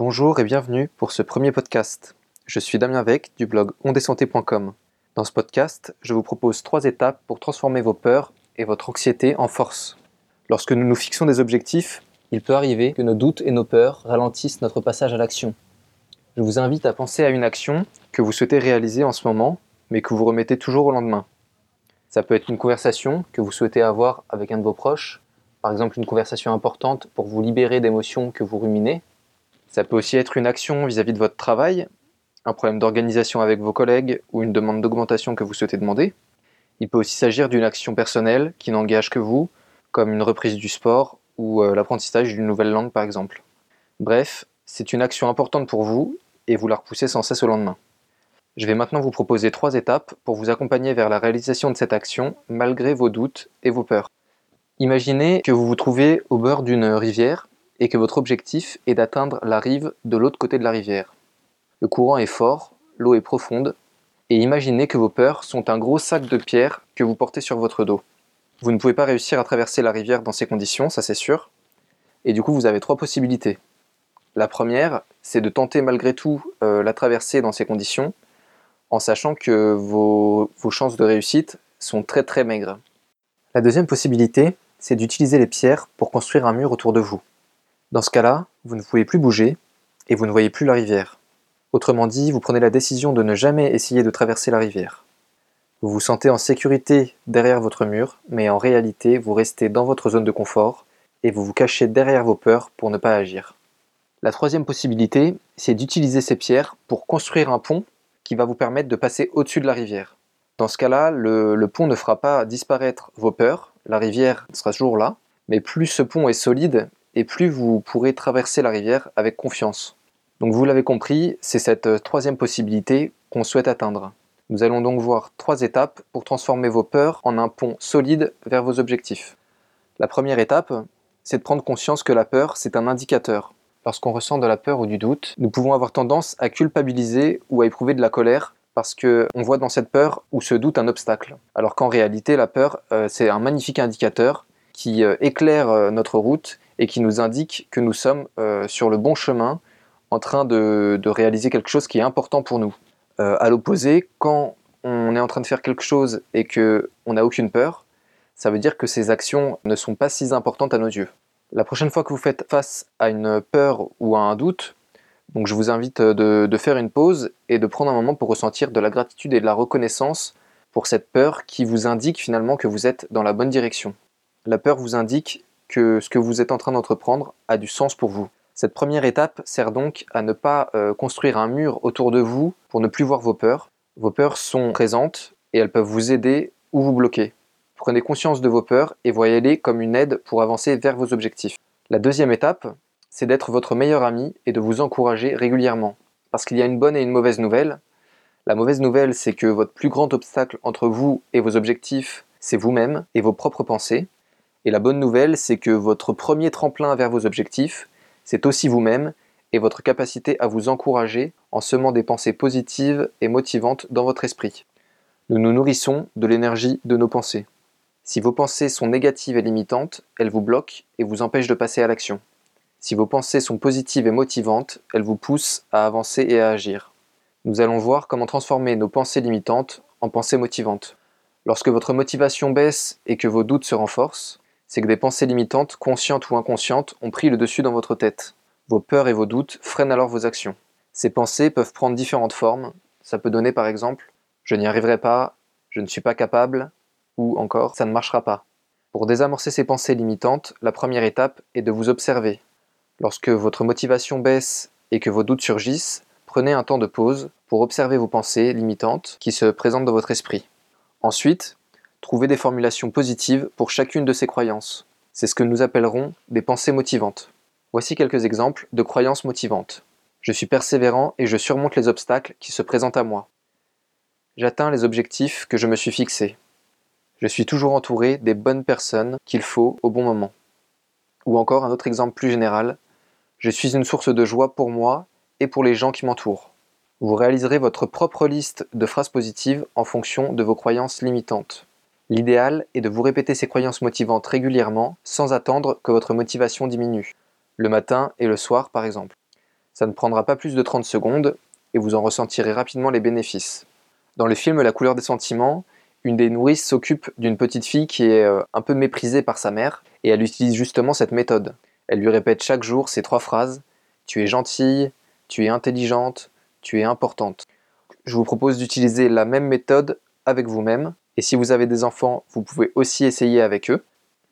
Bonjour et bienvenue pour ce premier podcast. Je suis Damien Vec du blog ondessanté.com. Dans ce podcast, je vous propose 3 étapes pour transformer vos peurs et votre anxiété en force. Lorsque nous nous fixons des objectifs, il peut arriver que nos doutes et nos peurs ralentissent notre passage à l'action. Je vous invite à penser à une action que vous souhaitez réaliser en ce moment, mais que vous remettez toujours au lendemain. Ça peut être une conversation que vous souhaitez avoir avec un de vos proches, par exemple une conversation importante pour vous libérer d'émotions que vous ruminez. Ça peut aussi être une action vis-à-vis de votre travail, un problème d'organisation avec vos collègues ou une demande d'augmentation que vous souhaitez demander. Il peut aussi s'agir d'une action personnelle qui n'engage que vous, comme une reprise du sport ou l'apprentissage d'une nouvelle langue par exemple. Bref, c'est une action importante pour vous et vous la repoussez sans cesse au lendemain. Je vais maintenant vous proposer 3 étapes pour vous accompagner vers la réalisation de cette action malgré vos doutes et vos peurs. Imaginez que vous vous trouvez au bord d'une rivière et que votre objectif est d'atteindre la rive de l'autre côté de la rivière. Le courant est fort, l'eau est profonde, et imaginez que vos peurs sont un gros sac de pierres que vous portez sur votre dos. Vous ne pouvez pas réussir à traverser la rivière dans ces conditions, ça c'est sûr, et du coup vous avez 3 possibilités. La première, c'est de tenter malgré tout la traversée dans ces conditions, en sachant que vos chances de réussite sont très très maigres. La deuxième possibilité, c'est d'utiliser les pierres pour construire un mur autour de vous. Dans ce cas-là, vous ne pouvez plus bouger et vous ne voyez plus la rivière. Autrement dit, vous prenez la décision de ne jamais essayer de traverser la rivière. Vous vous sentez en sécurité derrière votre mur, mais en réalité, vous restez dans votre zone de confort et vous vous cachez derrière vos peurs pour ne pas agir. La troisième possibilité, c'est d'utiliser ces pierres pour construire un pont qui va vous permettre de passer au-dessus de la rivière. Dans ce cas-là, le pont ne fera pas disparaître vos peurs, la rivière sera toujours là, mais plus ce pont est solide et plus vous pourrez traverser la rivière avec confiance. Donc vous l'avez compris, c'est cette troisième possibilité qu'on souhaite atteindre. Nous allons donc voir 3 étapes pour transformer vos peurs en un pont solide vers vos objectifs. La première étape, c'est de prendre conscience que la peur, c'est un indicateur. Lorsqu'on ressent de la peur ou du doute, nous pouvons avoir tendance à culpabiliser ou à éprouver de la colère parce qu'on voit dans cette peur ou ce doute un obstacle. Alors qu'en réalité, la peur, c'est un magnifique indicateur qui éclaire notre route et qui nous indique que nous sommes sur le bon chemin en train de réaliser quelque chose qui est important pour nous. À l'opposé, quand on est en train de faire quelque chose et qu'on n'a aucune peur, ça veut dire que ces actions ne sont pas si importantes à nos yeux. La prochaine fois que vous faites face à une peur ou à un doute, donc je vous invite de faire une pause et de prendre un moment pour ressentir de la gratitude et de la reconnaissance pour cette peur qui vous indique finalement que vous êtes dans la bonne direction. La peur vous indique que ce que vous êtes en train d'entreprendre a du sens pour vous. Cette première étape sert donc à ne pas construire un mur autour de vous pour ne plus voir vos peurs. Vos peurs sont présentes et elles peuvent vous aider ou vous bloquer. Prenez conscience de vos peurs et voyez-les comme une aide pour avancer vers vos objectifs. La deuxième étape, c'est d'être votre meilleur ami et de vous encourager régulièrement. Parce qu'il y a une bonne et une mauvaise nouvelle. La mauvaise nouvelle, c'est que votre plus grand obstacle entre vous et vos objectifs, c'est vous-même et vos propres pensées. Et la bonne nouvelle, c'est que votre premier tremplin vers vos objectifs, c'est aussi vous-même et votre capacité à vous encourager en semant des pensées positives et motivantes dans votre esprit. Nous nous nourrissons de l'énergie de nos pensées. Si vos pensées sont négatives et limitantes, elles vous bloquent et vous empêchent de passer à l'action. Si vos pensées sont positives et motivantes, elles vous poussent à avancer et à agir. Nous allons voir comment transformer nos pensées limitantes en pensées motivantes. Lorsque votre motivation baisse et que vos doutes se renforcent, c'est que des pensées limitantes, conscientes ou inconscientes, ont pris le dessus dans votre tête. Vos peurs et vos doutes freinent alors vos actions. Ces pensées peuvent prendre différentes formes. Ça peut donner par exemple « je n'y arriverai pas »,« je ne suis pas capable » ou encore « ça ne marchera pas ». Pour désamorcer ces pensées limitantes, la première étape est de vous observer. Lorsque votre motivation baisse et que vos doutes surgissent, prenez un temps de pause pour observer vos pensées limitantes qui se présentent dans votre esprit. Ensuite, trouvez des formulations positives pour chacune de ces croyances. C'est ce que nous appellerons des pensées motivantes. Voici quelques exemples de croyances motivantes. Je suis persévérant et je surmonte les obstacles qui se présentent à moi. J'atteins les objectifs que je me suis fixés. Je suis toujours entouré des bonnes personnes qu'il faut au bon moment. Ou encore un autre exemple plus général, je suis une source de joie pour moi et pour les gens qui m'entourent. Vous réaliserez votre propre liste de phrases positives en fonction de vos croyances limitantes. L'idéal est de vous répéter ces croyances motivantes régulièrement sans attendre que votre motivation diminue, le matin et le soir par exemple. Ça ne prendra pas plus de 30 secondes et vous en ressentirez rapidement les bénéfices. Dans le film La couleur des sentiments, une des nourrices s'occupe d'une petite fille qui est un peu méprisée par sa mère et elle utilise justement cette méthode. Elle lui répète chaque jour ces 3 phrases: tu es gentille, tu es intelligente, tu es importante. Je vous propose d'utiliser la même méthode avec vous-même et si vous avez des enfants, vous pouvez aussi essayer avec eux.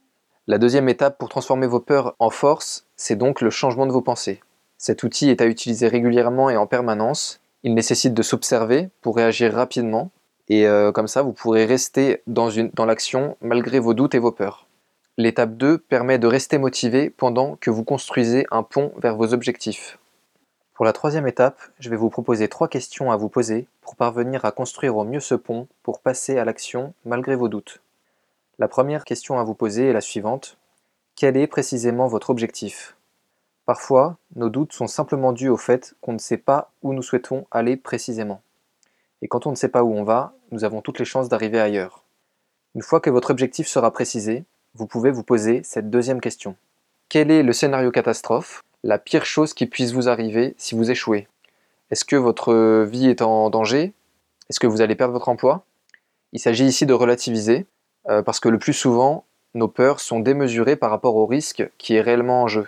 La deuxième étape pour transformer vos peurs en force, c'est donc le changement de vos pensées. Cet outil est à utiliser régulièrement et en permanence. Il nécessite de s'observer pour réagir rapidement et comme ça, vous pourrez rester dans l'action malgré vos doutes et vos peurs. L'étape 2 permet de rester motivé pendant que vous construisez un pont vers vos objectifs. Pour la troisième étape, je vais vous proposer 3 questions à vous poser pour parvenir à construire au mieux ce pont pour passer à l'action malgré vos doutes. La première question à vous poser est la suivante. Quel est précisément votre objectif ? Parfois, nos doutes sont simplement dus au fait qu'on ne sait pas où nous souhaitons aller précisément. Et quand on ne sait pas où on va, nous avons toutes les chances d'arriver ailleurs. Une fois que votre objectif sera précisé, vous pouvez vous poser cette deuxième question. Quel est le scénario catastrophe, la pire chose qui puisse vous arriver si vous échouez ? Est-ce que votre vie est en danger ? Est-ce que vous allez perdre votre emploi ? Il s'agit ici de relativiser, parce que le plus souvent, nos peurs sont démesurées par rapport au risque qui est réellement en jeu.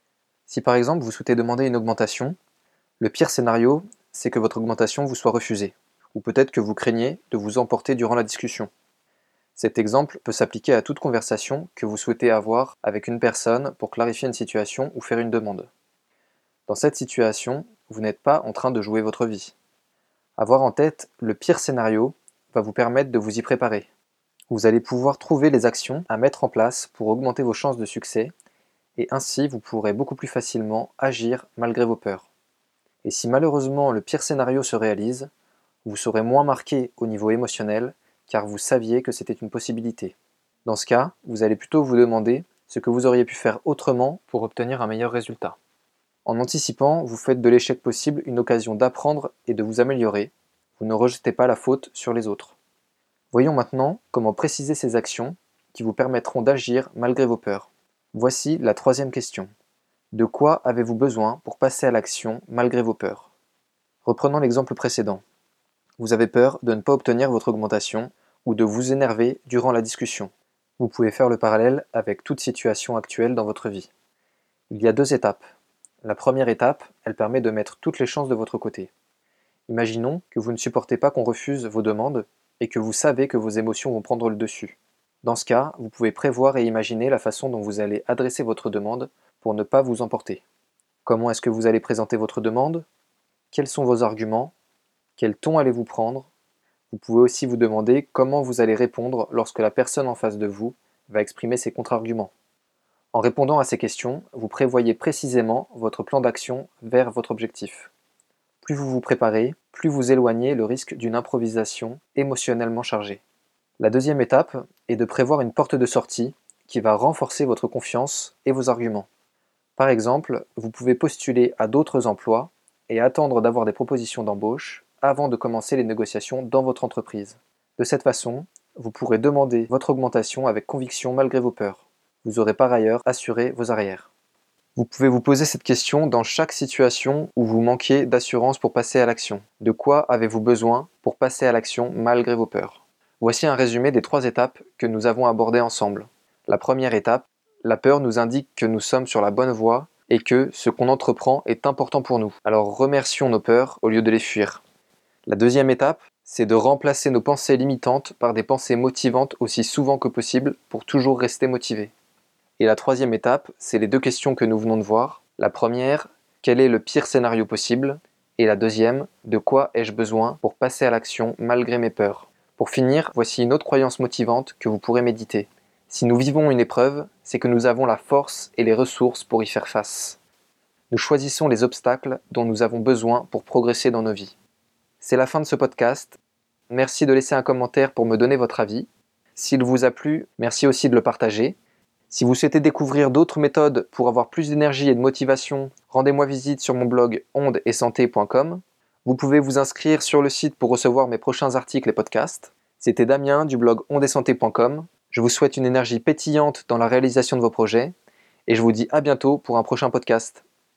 Si par exemple vous souhaitez demander une augmentation, le pire scénario, c'est que votre augmentation vous soit refusée, ou peut-être que vous craignez de vous emporter durant la discussion. Cet exemple peut s'appliquer à toute conversation que vous souhaitez avoir avec une personne pour clarifier une situation ou faire une demande. Dans cette situation, vous n'êtes pas en train de jouer votre vie. Avoir en tête le pire scénario va vous permettre de vous y préparer. Vous allez pouvoir trouver les actions à mettre en place pour augmenter vos chances de succès et ainsi vous pourrez beaucoup plus facilement agir malgré vos peurs. Et si malheureusement le pire scénario se réalise, vous serez moins marqué au niveau émotionnel car vous saviez que c'était une possibilité. Dans ce cas, vous allez plutôt vous demander ce que vous auriez pu faire autrement pour obtenir un meilleur résultat. En anticipant, vous faites de l'échec possible une occasion d'apprendre et de vous améliorer. Vous ne rejetez pas la faute sur les autres. Voyons maintenant comment préciser ces actions qui vous permettront d'agir malgré vos peurs. Voici la troisième question. De quoi avez-vous besoin pour passer à l'action malgré vos peurs ? Reprenons l'exemple précédent. Vous avez peur de ne pas obtenir votre augmentation ou de vous énerver durant la discussion. Vous pouvez faire le parallèle avec toute situation actuelle dans votre vie. Il y a 2 étapes. La première étape, elle permet de mettre toutes les chances de votre côté. Imaginons que vous ne supportez pas qu'on refuse vos demandes et que vous savez que vos émotions vont prendre le dessus. Dans ce cas, vous pouvez prévoir et imaginer la façon dont vous allez adresser votre demande pour ne pas vous emporter. Comment est-ce que vous allez présenter votre demande ? Quels sont vos arguments ? Quel ton allez-vous prendre ? Vous pouvez aussi vous demander comment vous allez répondre lorsque la personne en face de vous va exprimer ses contre-arguments. En répondant à ces questions, vous prévoyez précisément votre plan d'action vers votre objectif. Plus vous vous préparez, plus vous éloignez le risque d'une improvisation émotionnellement chargée. La deuxième étape est de prévoir une porte de sortie qui va renforcer votre confiance et vos arguments. Par exemple, vous pouvez postuler à d'autres emplois et attendre d'avoir des propositions d'embauche avant de commencer les négociations dans votre entreprise. De cette façon, vous pourrez demander votre augmentation avec conviction malgré vos peurs. Vous aurez par ailleurs assuré vos arrières. Vous pouvez vous poser cette question dans chaque situation où vous manquez d'assurance pour passer à l'action. De quoi avez-vous besoin pour passer à l'action malgré vos peurs ? Voici un résumé des 3 étapes que nous avons abordées ensemble. La première étape, la peur nous indique que nous sommes sur la bonne voie et que ce qu'on entreprend est important pour nous. Alors remercions nos peurs au lieu de les fuir. La deuxième étape, c'est de remplacer nos pensées limitantes par des pensées motivantes aussi souvent que possible pour toujours rester motivé. Et la troisième étape, c'est les 2 questions que nous venons de voir. La première, quel est le pire scénario possible ? Et la deuxième, de quoi ai-je besoin pour passer à l'action malgré mes peurs ? Pour finir, voici une autre croyance motivante que vous pourrez méditer. Si nous vivons une épreuve, c'est que nous avons la force et les ressources pour y faire face. Nous choisissons les obstacles dont nous avons besoin pour progresser dans nos vies. C'est la fin de ce podcast. Merci de laisser un commentaire pour me donner votre avis. S'il vous a plu, merci aussi de le partager. Si vous souhaitez découvrir d'autres méthodes pour avoir plus d'énergie et de motivation, rendez-moi visite sur mon blog ondesetsanté.com. Vous pouvez vous inscrire sur le site pour recevoir mes prochains articles et podcasts. C'était Damien du blog ondesetsanté.com. Je vous souhaite une énergie pétillante dans la réalisation de vos projets et je vous dis à bientôt pour un prochain podcast.